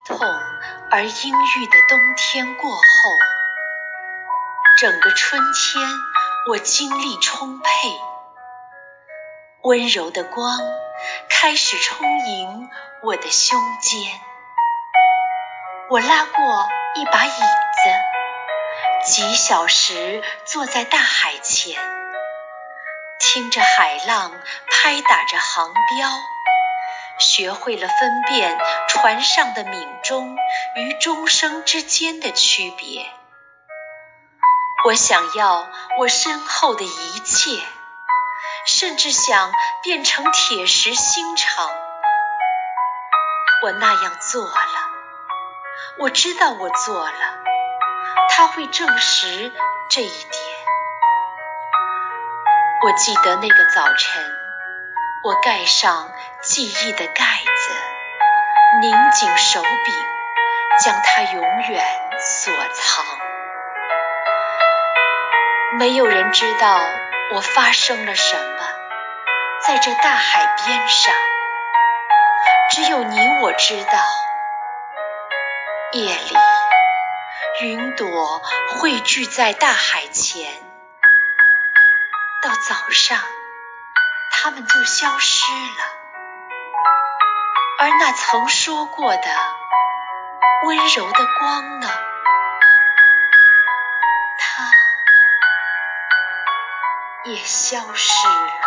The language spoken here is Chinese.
痛而阴郁的冬天过后，整个春天我精力充沛，温柔的光开始充盈我的胸间。我拉过一把椅子，几小时坐在大海前，听着海浪拍打着航标，学会了分辨船上的鸣钟与钟声之间的区别。我想要我身后的一切，甚至想变成铁石心肠。我那样做了，我知道我做了，它会证实这一点。我记得那个早晨，我盖上记忆的盖子，拧紧手柄，将它永远锁藏。没有人知道我发生了什么，在这大海边上，只有你我知道。夜里，云朵汇聚在大海前，到早上，它们就消失了。而那曾说过的温柔的光呢？它也消失了。